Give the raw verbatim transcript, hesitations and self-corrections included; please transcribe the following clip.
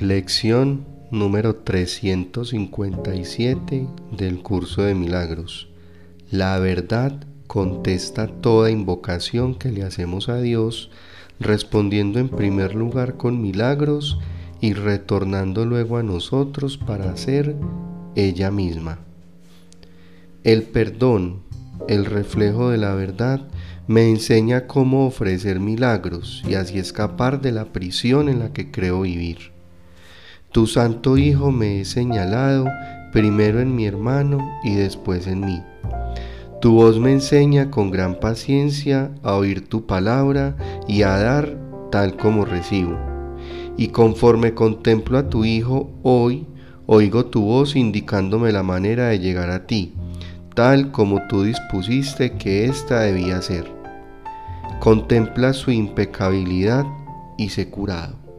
Lección número trescientos cincuenta y siete del curso de milagros. La verdad contesta toda invocación que le hacemos a Dios, respondiendo en primer lugar con milagros y retornando luego a nosotros para ser ella misma. El perdón, el reflejo de la verdad, me enseña cómo ofrecer milagros y así escapar de la prisión en la que creo vivir. Tu Santo Hijo me he señalado primero en mi hermano y después en mí. Tu voz me enseña con gran paciencia a oír tu palabra y a dar tal como recibo. Y conforme contemplo a tu Hijo hoy, oigo tu voz indicándome la manera de llegar a ti, tal como tú dispusiste que ésta debía ser. Contempla su impecabilidad y sé curado.